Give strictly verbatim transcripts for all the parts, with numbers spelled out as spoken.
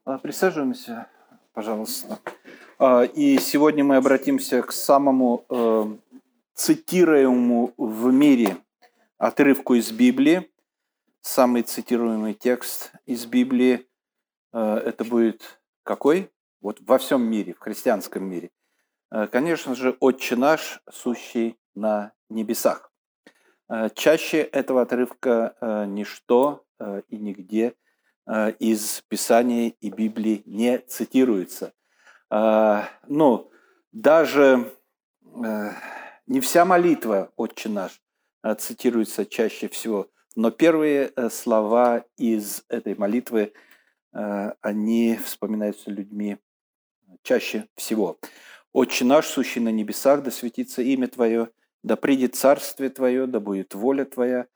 А, Присаживаемся, пожалуйста. А, И сегодня мы обратимся к самому э, цитируемому в мире отрывку из Библии. Самый цитируемый текст из Библии э, это будет какой? Вот во всем мире, в христианском мире. Э, Конечно же, «Отче наш, сущий на небесах». Э, Чаще этого отрывка э, ничто э, и нигде э, из Писания и Библии не цитируется. Э, Ну, даже э, не вся молитва «Отче наш» э, цитируется чаще всего, но первые э, слова из этой молитвы, э, они вспоминаются людьми чаще всего. «Отче наш, сущий на небесах, да светится имя Твое, да придет царствие Твое, да будет воля Твоя,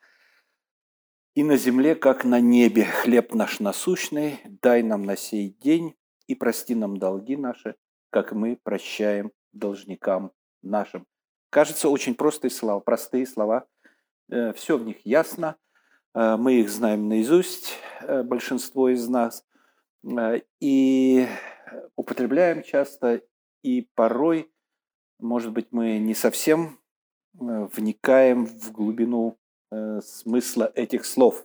и на земле, как на небе. Хлеб наш насущный дай нам на сей день, и прости нам долги наши, как мы прощаем должникам нашим». Кажется, очень простые слова, простые слова. Все в них ясно. Э, Мы их знаем наизусть, э, большинство из нас, э, и употребляем часто, и порой, может быть, мы не совсем э, вникаем в глубину э, смысла этих слов.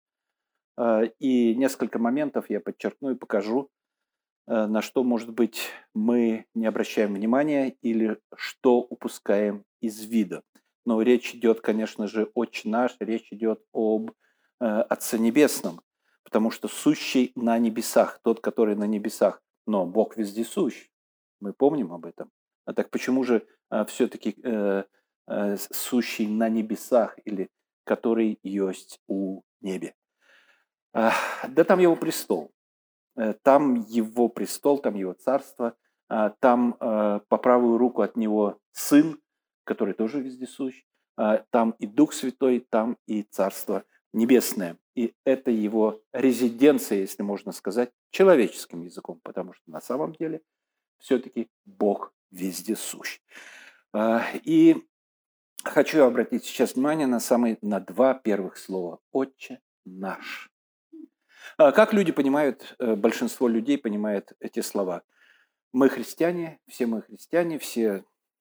Э, И несколько моментов я подчеркну и покажу, э, на что, может быть, мы не обращаем внимания или что упускаем из вида. Но речь идет, конечно же, «Отче наш», речь идет об э, Отце Небесном, потому что сущий на небесах, тот, который на небесах, но Бог вездесущ, мы помним об этом. А так почему же э, все-таки э, э, сущий на небесах или который есть у небе? А, Да там его престол. Э, Там его престол, там его царство, а, там э, по правую руку от него Сын, который тоже вездесущ, а, там и Дух Святой, там и Царство Небесное. И это его резиденция, если можно сказать, человеческим языком, потому что на самом деле все-таки Бог вездесущ. А, И хочу обратить сейчас внимание на самые, на два первых слова. «Отче наш». А Как люди понимают, э, большинство людей понимает эти слова? Мы христиане, все мы христиане, все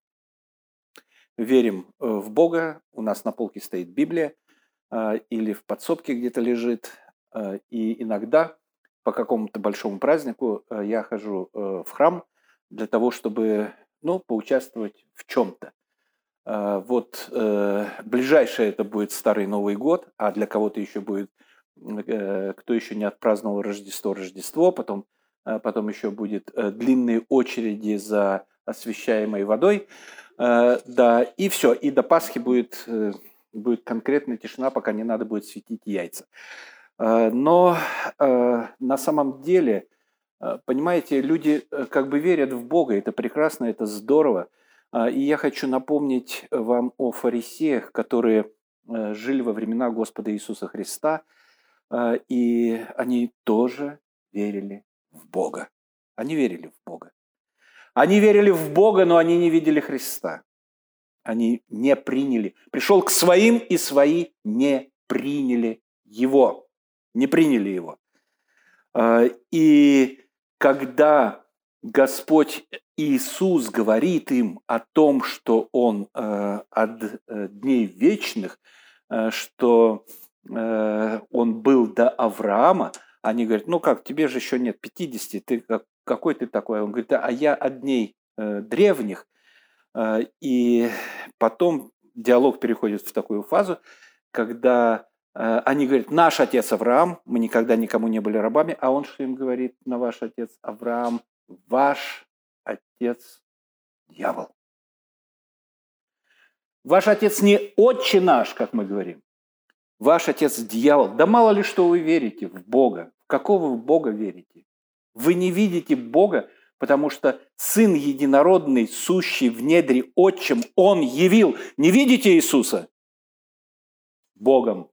верим э, в Бога, у нас на полке стоит Библия а, или в подсобке где-то лежит, а, и иногда по какому-то большому празднику э, я хожу э, в храм для того, чтобы, ну, поучаствовать в чем-то. А, Вот э, ближайшее это будет Старый Новый год, а для кого-то еще будет, э, кто еще не отпраздновал Рождество, Рождество, потом, э, потом еще будет э, длинные очереди за освящаемой водой, Э, да, и все, и до Пасхи будет, э, будет конкретная тишина, пока не надо будет светить яйца. Э, Но э, на самом деле, э, понимаете, люди э, как бы верят в Бога, это прекрасно, это здорово. А, И я хочу напомнить вам о фарисеях, которые э, жили во времена Господа Иисуса Христа, э, и они тоже верили в Бога. Они верили в Бога. Они верили в Бога, но они не видели Христа. Они не приняли. Пришел к своим, и свои не приняли Его. Не приняли Его. А, И когда Господь Иисус говорит им о том, что Он э, от э, дней вечных, э, что э, Он был до Авраама, они говорят, ну как, тебе же еще нет пятидесяти, ты как, какой ты такой? Он говорит, а я от дней э, древних. Э, И потом диалог переходит в такую фазу, когда э, они говорят, наш отец Авраам, мы никогда никому не были рабами, а он что им говорит, на ваш отец Авраам, ваш отец дьявол. Ваш отец не отче наш, как мы говорим, ваш отец дьявол. Да мало ли что вы верите в Бога. В какого вы Бога верите? Вы не видите Бога, потому что Сын Единородный, сущий в недре Отчим, Он явил. Не видите Иисуса? Богом.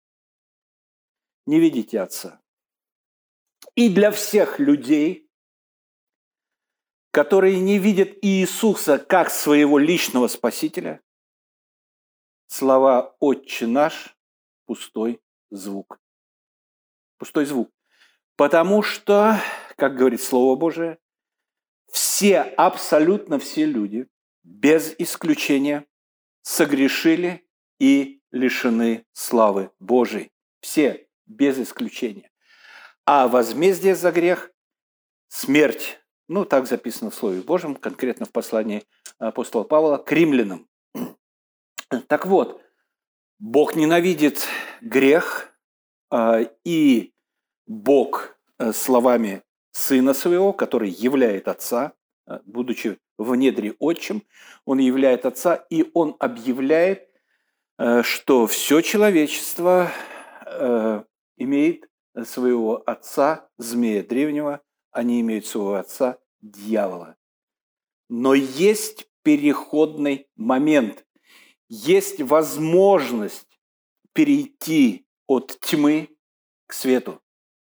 Не видите Отца. И для всех людей, которые не видят Иисуса как своего личного Спасителя, слова «Отче наш» – пустой звук. Пустой звук. Потому что, как говорит Слово Божие, все, абсолютно все люди, без исключения, согрешили и лишены славы Божией. Все, без исключения. А возмездие за грех – смерть. Ну, так записано в Слове Божьем, конкретно в послании апостола Павла к римлянам. Так вот, Бог ненавидит грех, и Бог словами Сына Своего, который являет Отца, будучи в недре Отчим, Он являет Отца, и Он объявляет, что все человечество имеет своего отца, змея древнего, они имеют своего отца, дьявола. Но есть переходный момент, есть возможность перейти от тьмы к свету.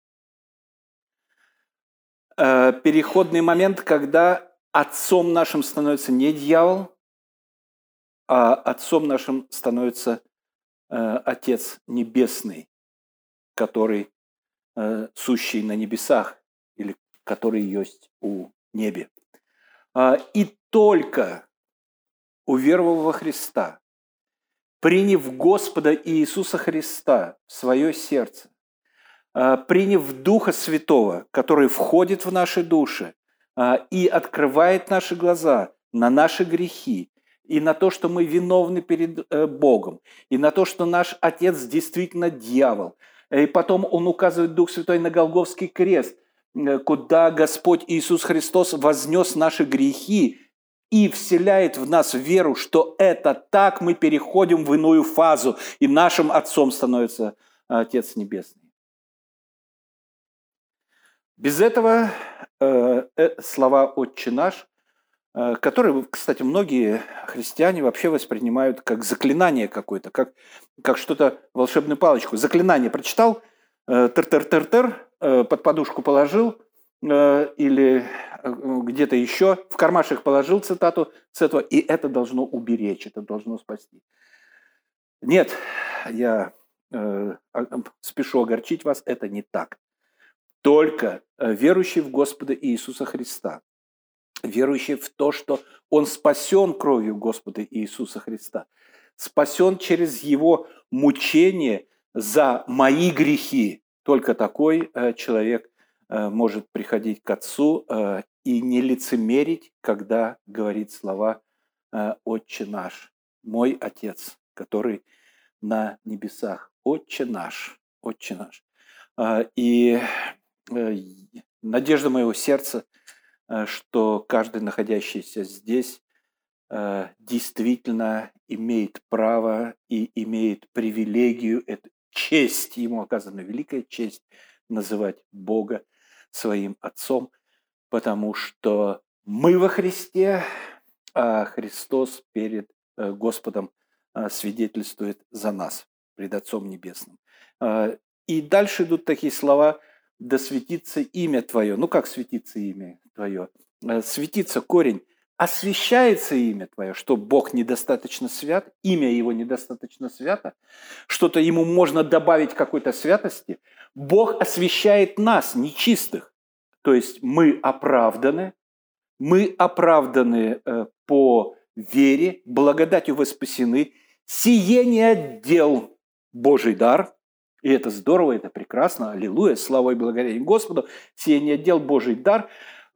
Переходный момент, когда отцом нашим становится не дьявол, а отцом нашим становится Отец Небесный, который сущий на небесах, или который есть у небе. И только уверовав во Христа, приняв Господа Иисуса Христа в свое сердце, приняв Духа Святого, который входит в наши души и открывает наши глаза на наши грехи, и на то, что мы виновны перед Богом, и на то, что наш Отец действительно дьявол. И потом он указывает, Дух Святой, на Голгофский крест, куда Господь Иисус Христос вознес наши грехи и вселяет в нас веру, что это так, мы переходим в иную фазу, и нашим Отцом становится Отец Небесный. Без этого э, э, слова «Отче наш», э, которые, кстати, многие христиане вообще воспринимают как заклинание какое-то, как, как что-то, волшебную палочку. Заклинание прочитал, э, тыр-тыр-тыр-тыр, э, под подушку положил, э, или где-то еще в кармашек положил цитату с этого, и это должно уберечь, это должно спасти. Нет, я э, спешу огорчить вас, это не так. Только верующий в Господа Иисуса Христа, верующий в то, что Он спасен кровью Господа Иисуса Христа, спасен через Его мучение за мои грехи. Только такой человек может приходить к Отцу и не лицемерить, когда говорит слова «Отче наш», «Мой Отец, который на небесах». «Отче наш», «Отче наш». И надежда моего сердца, что каждый, находящийся здесь, действительно имеет право и имеет привилегию, эту честь, ему оказана великая честь называть Бога своим Отцом, потому что мы во Христе, а Христос перед Господом свидетельствует за нас, пред Отцом Небесным. И дальше идут такие слова: «Да светится имя Твое». Ну, как светится имя Твое? Светится корень. Освящается имя Твое, что Бог недостаточно свят, имя Его недостаточно свято, что-то Ему можно добавить какой-то святости. Бог освящает нас, нечистых. То есть мы оправданы, мы оправданы по вере, благодатью вы спасены, сие не отдел Божий дар. И это здорово, это прекрасно, аллилуйя, слава и благодарение Господу, сие не отдел Божий дар.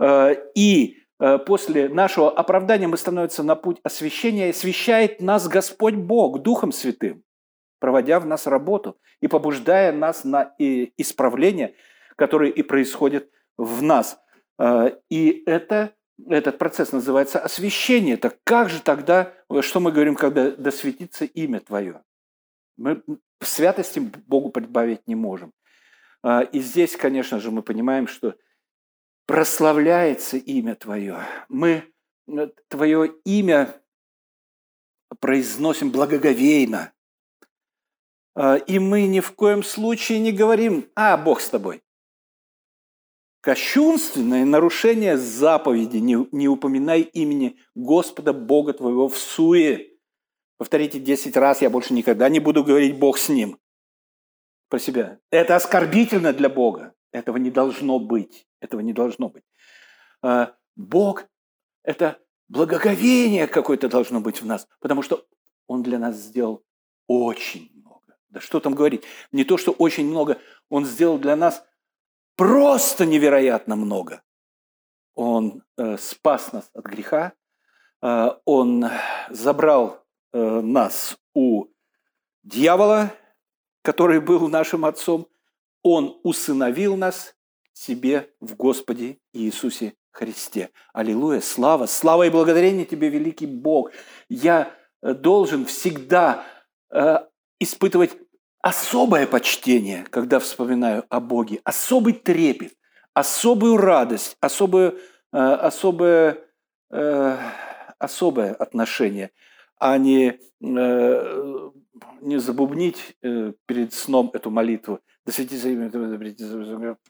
И после нашего оправдания мы становимся на путь освящения, и освящает нас Господь Бог Духом Святым, проводя в нас работу и побуждая нас на исправление, которое и происходит в нас. И это, этот процесс называется освящение. Так как же тогда, что мы говорим, когда «да светится имя Твое»? Мы святости Богу прибавить не можем. И здесь, конечно же, мы понимаем, что прославляется имя Твое. Мы Твое имя произносим благоговейно. И мы ни в коем случае не говорим: «А, Бог с тобой». Кощунственное нарушение заповеди: «Не, не упоминай имени Господа Бога твоего всуе». Повторите десять раз: «Я больше никогда не буду говорить Бог с ним». Про себя. Это оскорбительно для Бога. Этого не должно быть. Этого не должно быть. Бог – это благоговение какое-то должно быть в нас, потому что Он для нас сделал очень много. Да что там говорить? Не то, что очень много, Он сделал для нас просто невероятно много. Он э, спас нас от греха, э, Он забрал э, нас у дьявола, который был нашим отцом, Он усыновил нас себе в Господе Иисусе Христе. Аллилуйя, слава, слава и благодарение Тебе, великий Бог. Я должен всегда э, испытывать особое почтение, когда вспоминаю о Боге, особый трепет, особую радость, особую, э, особое, э, особое отношение, а не, э, не забубнить э, перед сном эту молитву. Да светится имя Твое, да придет.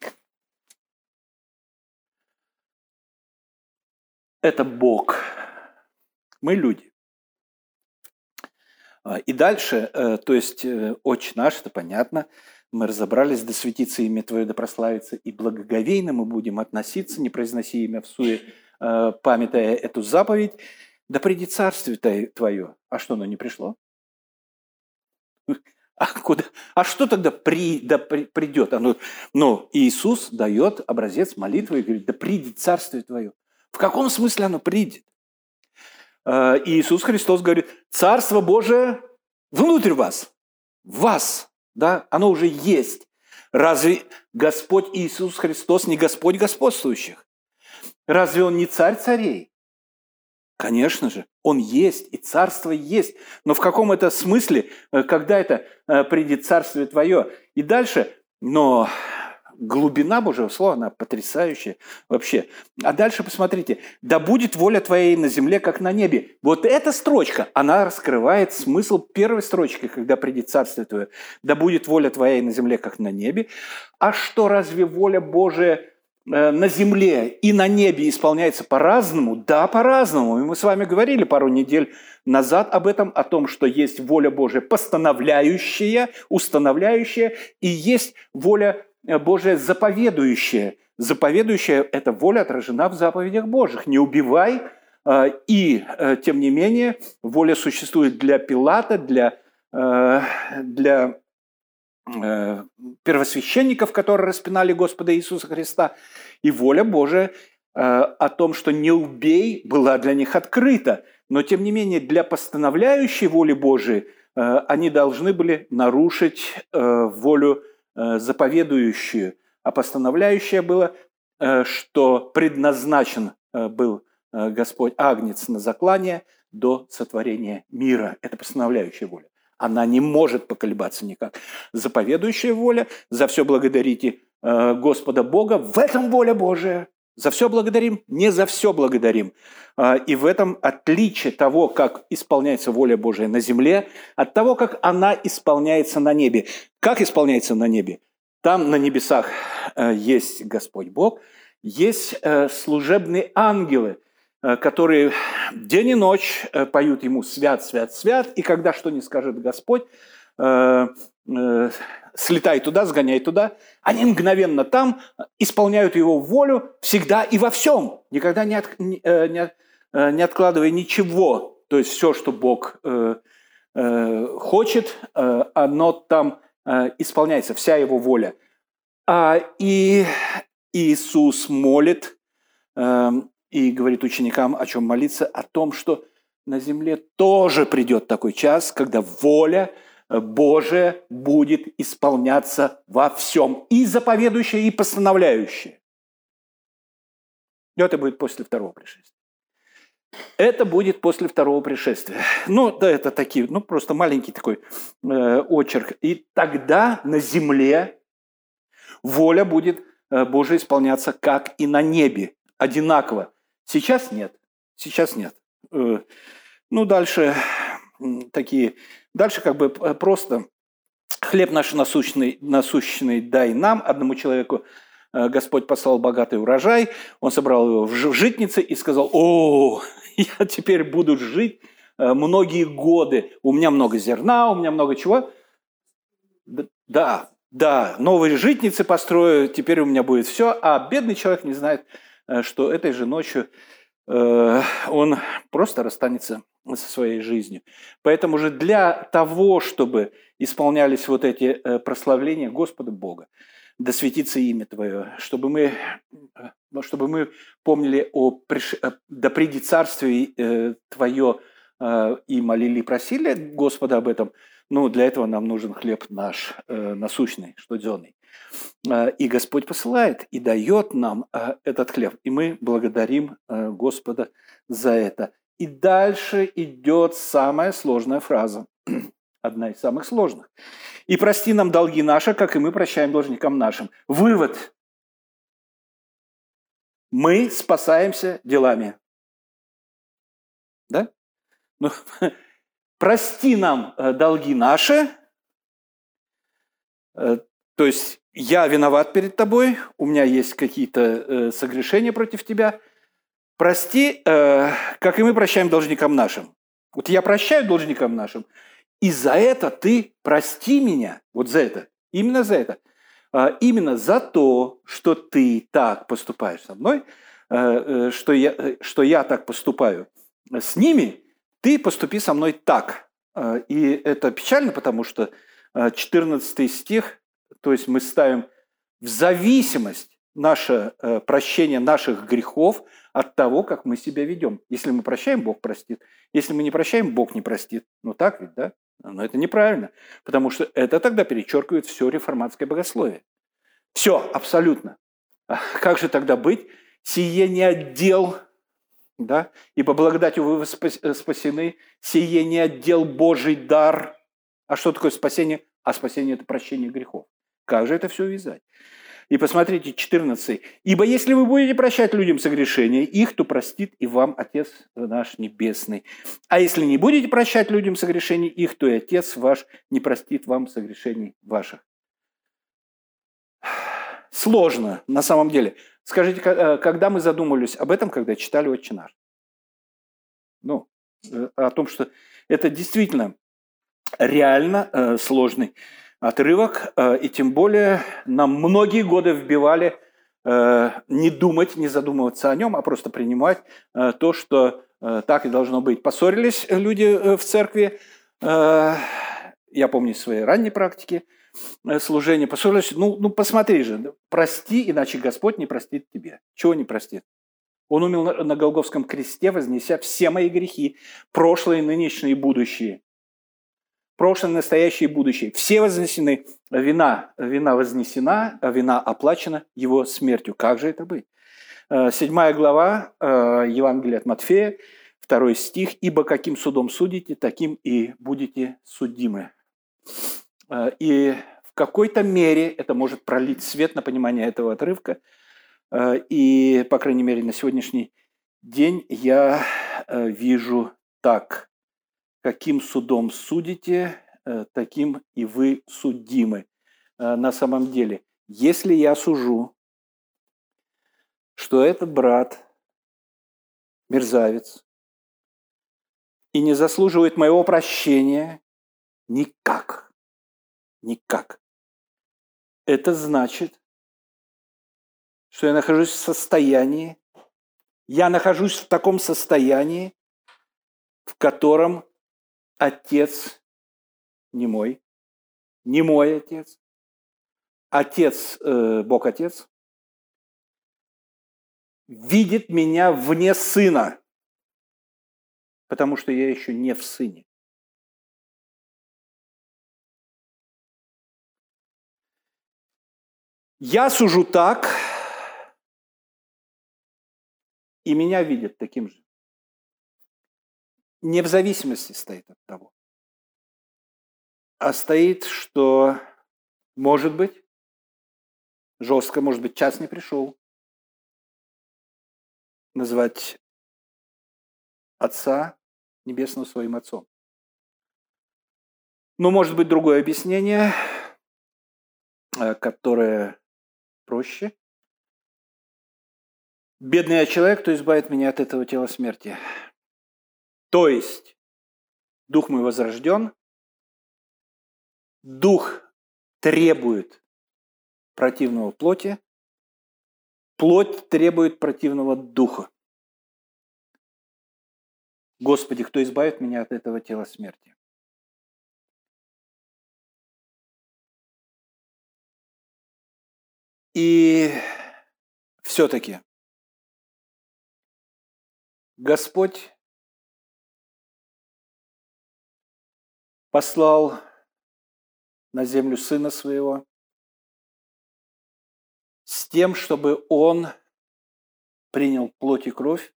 Это Бог. Мы люди. И дальше, то есть Отче наш, это понятно, мы разобрались, да светится имя Твое, да прославится, и благоговейно мы будем относиться, не произноси имя всуе, памятая эту заповедь, да придет царствие Твое. А что, оно не пришло? А, куда? А что тогда при, да при, придет? Оно, ну, Иисус дает образец молитвы и говорит, да придет царствие Твое. В каком смысле оно придет? Иисус Христос говорит, Царство Божие внутрь вас, в вас, да, оно уже есть. Разве Господь Иисус Христос не Господь господствующих? Разве Он не Царь царей? Конечно же, Он есть, и Царство есть. Но в каком это смысле, когда это придет Царствие Твое? И дальше, но... Глубина Божьего Слова, она потрясающая вообще. А дальше посмотрите. «Да будет воля Твоей на земле, как на небе». Вот эта строчка, она раскрывает смысл первой строчки, когда придет Царствие Твое. «Да будет воля Твоей на земле, как на небе». А что, разве воля Божия на земле и на небе исполняется по-разному? Да, по-разному. И мы с вами говорили пару недель назад об этом, о том, что есть воля Божия постановляющая, устанавливающая, и есть воля Божия заповедующая. Заповедующая – эта воля отражена в заповедях Божьих. Не убивай. И, тем не менее, воля существует для Пилата, для, для первосвященников, которые распинали Господа Иисуса Христа. И воля Божия о том, что не убей, была для них открыта. Но, тем не менее, для постановляющей воли Божией они должны были нарушить волю заповедующую, а постановляющее было, что предназначен был Господь Агнец на заклание до сотворения мира. Это постановляющая воля. Она не может поколебаться никак. Заповедующая воля, за все благодарите Господа Бога, в этом воля Божия. За все благодарим, не за все благодарим. И в этом отличие того, как исполняется воля Божия на земле, от того, как она исполняется на небе. Как исполняется на небе? Там на небесах есть Господь Бог, есть служебные ангелы, которые день и ночь поют Ему «Свят, свят, свят», и когда что ни скажет Господь, слетай туда, сгоняй туда, они мгновенно там исполняют Его волю всегда и во всем, никогда не, от, не, не, не откладывая ничего. То есть все, что Бог э, э, хочет, э, оно там э, исполняется, вся Его воля. А, и Иисус молит э, и говорит ученикам, о чем молиться, о том, что на земле тоже придет такой час, когда воля Божия будет исполняться во всем, и заповедующее, и постановляющее. И это будет после второго пришествия. Это будет после второго пришествия. Ну, да, это такие, ну, просто маленький такой э, очерк. И тогда на земле воля будет э, Божия исполняться, как и на небе, одинаково. Сейчас нет. Сейчас нет. Э, ну, дальше такие... Дальше как бы просто хлеб наш насущный, насущный дай нам, одному человеку Господь послал богатый урожай, он собрал его в житнице и сказал: о, я теперь буду жить многие годы, у меня много зерна, у меня много чего. Да, Да, новые житницы построю, теперь у меня будет все, а бедный человек не знает, что этой же ночью э, он просто расстанется со своей жизнью. Поэтому же для того, чтобы исполнялись вот эти э, прославления Господа Бога, да светится имя Твое, чтобы мы, чтобы мы помнили о приш... да придет царствие э, Твое э, и молили и просили Господа об этом. Ну, для этого нам нужен хлеб наш э, насущный, штодзённый. Э, и Господь посылает и дает нам э, этот хлеб. И мы благодарим э, Господа за это. И дальше идет самая сложная фраза. Одна из самых сложных. «И прости нам долги наши, как и мы прощаем должникам нашим». Вывод. Мы спасаемся делами. Да? Ну, прости нам долги наши, то есть я виноват перед тобой, у меня есть какие-то согрешения против тебя. Прости, как и мы прощаем должникам нашим. Вот я прощаю должникам нашим, и за это ты прости меня, вот за это, именно за это. Именно за то, что ты так поступаешь со мной, что я, что я так поступаю с ними, ты поступи со мной так. И это печально, потому что четырнадцатый стих, то есть мы ставим в зависимость наше прощение наших грехов от того, как мы себя ведем. Если мы прощаем, Бог простит. Если мы не прощаем, Бог не простит. Ну так ведь, да? Но это неправильно, потому что это тогда перечеркивает все реформатское богословие. Все, абсолютно. Как же тогда быть? Сие не отдел, да? Ибо благодатью вы спасены, сие не отдел Божий дар. А что такое спасение? А спасение – это прощение грехов. Как же это все увязать? И посмотрите, четырнадцатый. «Ибо если вы будете прощать людям согрешения их, то простит и вам Отец наш Небесный. А если не будете прощать людям согрешений их, то и Отец ваш не простит вам согрешений ваших». Сложно на самом деле. Скажите, когда мы задумывались об этом, когда читали «Отче наш»? Ну, о том, что это действительно реально сложный отрывок, и тем более нам многие годы вбивали не думать, не задумываться о нем, а просто принимать то, что так и должно быть. Поссорились люди в церкви, я помню из своей ранней практики служения, поссорились, ну, ну посмотри же, прости, иначе Господь не простит тебе. Чего не простит? Он умер на Голгофском кресте, вознеся все мои грехи, прошлые, нынешние и будущие. Прошлое, настоящее и будущее. Все вознесены, вина, вина вознесена, вина оплачена его смертью. Как же это быть? Седьмая глава Евангелия от Матфея, второй стих. «Ибо каким судом судите, таким и будете судимы». И в какой-то мере это может пролить свет на понимание этого отрывка. И, по крайней мере, на сегодняшний день я вижу так. Каким судом судите, таким и вы судимы. На самом деле, если я сужу, что этот брат мерзавец и не заслуживает моего прощения, никак, никак. Это значит, что я нахожусь в состоянии, я нахожусь в таком состоянии, в котором Отец не мой, не мой Отец. Отец, э, Бог Отец, видит меня вне Сына, потому что я еще не в Сыне. Я сужу так, и меня видят таким же. Не в зависимости стоит от того, а стоит, что, может быть, жестко, может быть, час не пришел, назвать Отца Небесного своим Отцом. Но может быть другое объяснение, которое проще. Бедный я человек, кто избавит меня от этого тела смерти. То есть дух мой возрожден, дух требует противного плоти, плоть требует противного духа. Господи, кто избавит меня от этого тела смерти? И все-таки Господь послал на землю Сына Своего с тем, чтобы Он принял плоть и кровь,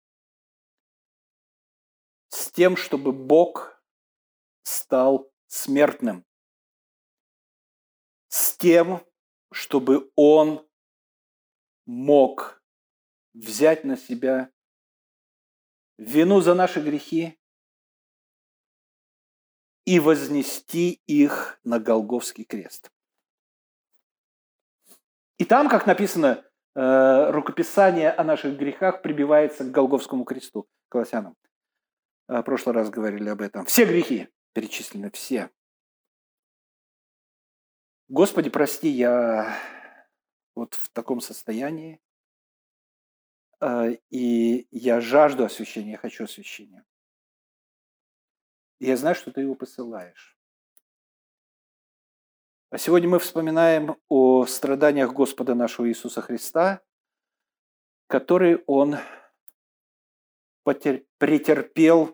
с тем, чтобы Бог стал смертным, с тем, чтобы Он мог взять на себя вину за наши грехи и вознести их на Голгофский крест. И там, как написано, рукописание о наших грехах прибивается к Голгофскому кресту, Колоссянам. В прошлый раз говорили об этом. Все грехи перечислены, все. Господи, прости, я вот в таком состоянии, и я жажду освящения, я хочу освящения. И я знаю, что Ты его посылаешь. А сегодня мы вспоминаем о страданиях Господа нашего Иисуса Христа, которые Он претерпел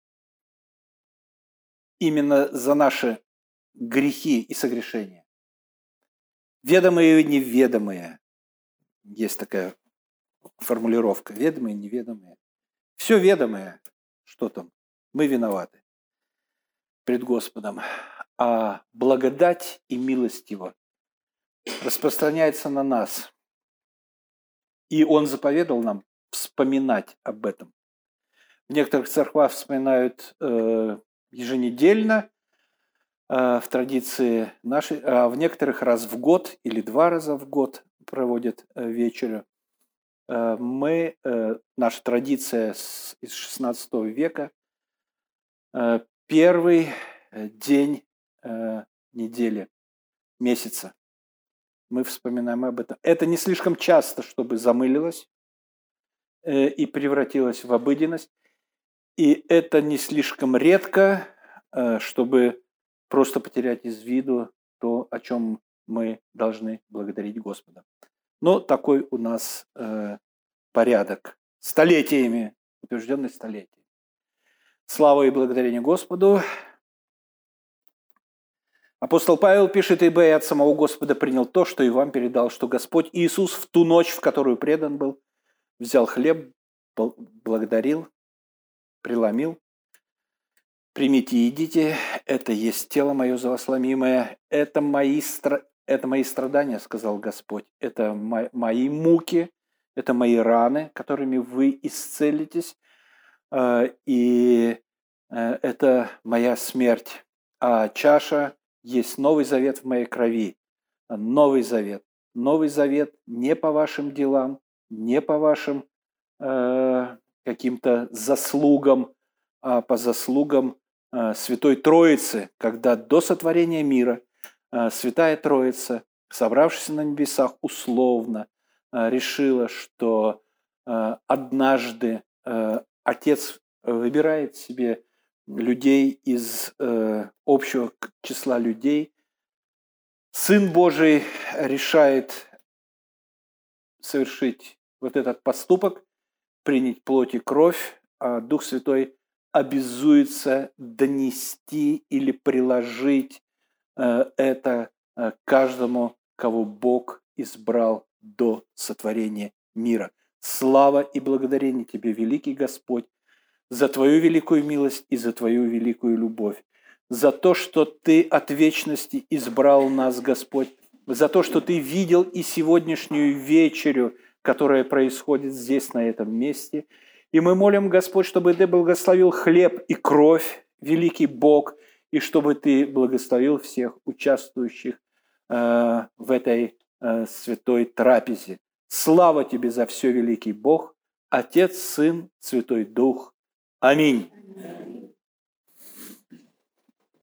именно за наши грехи и согрешения. Ведомые и неведомые. Есть такая формулировка. Ведомые и неведомые. Все ведомое, что там, мы виноваты пред Господом. А благодать и милость Его распространяется на нас. И Он заповедал нам вспоминать об этом. В некоторых церквах вспоминают э, еженедельно, э, в традиции нашей, а в некоторых раз в год или два раза в год проводят э, вечерю. Э, мы, э, наша традиция с, из шестнадцатого века, э, первый день э, недели, месяца. Мы вспоминаем об этом. Это не слишком часто, чтобы замылилось э, и превратилось в обыденность. И это не слишком редко, э, чтобы просто потерять из виду то, о чем мы должны благодарить Господа. Но такой у нас э, порядок. Столетиями, утвержденный столетиями. Слава и благодарение Господу. Апостол Павел пишет: «Ибо я от самого Господа принял то, что и вам передал, что Господь Иисус в ту ночь, в которую предан был, взял хлеб, благодарил, преломил. Примите и едите, это есть тело мое за вас ломимое, это мои, стра... это мои страдания, сказал Господь, это мои муки, это мои раны, которыми вы исцелитесь, и это моя смерть, а чаша есть новый завет в моей крови, новый завет, новый завет не по вашим делам, не по вашим э, каким-то заслугам, а по заслугам э, Святой Троицы, когда до сотворения мира э, Святая Троица, собравшись на небесах условно, э, решила, что э, однажды э, Отец выбирает себе людей из э, общего числа людей. Сын Божий решает совершить вот этот поступок, принять плоть и кровь, а Дух Святой обязуется донести или приложить э, это э, каждому, кого Бог избрал до сотворения мира. Слава и благодарение Тебе, великий Господь, за Твою великую милость и за Твою великую любовь, за то, что Ты от вечности избрал нас, Господь, за то, что Ты видел и сегодняшнюю вечерю, которая происходит здесь, на этом месте. И мы молим, Господь, чтобы Ты благословил хлеб и кровь, великий Бог, и чтобы Ты благословил всех участвующих э, в этой э, святой трапезе. Слава Тебе за все, великий Бог, Отец, Сын, Святой Дух. Аминь.